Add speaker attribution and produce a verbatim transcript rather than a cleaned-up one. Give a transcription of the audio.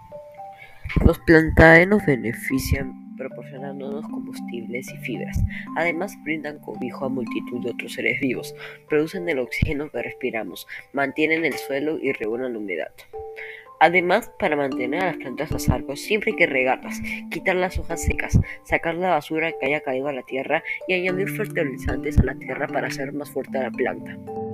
Speaker 1: Los plantae nos benefician proporcionándonos combustibles y fibras. Además, brindan cobijo a multitud de otros seres vivos, producen el oxígeno que respiramos, mantienen el suelo y regulan la humedad. Además, para mantener a las plantas a salvo, siempre hay que regarlas, quitar las hojas secas, sacar la basura que haya caído a la tierra y añadir fertilizantes a la tierra para hacer más fuerte a la planta.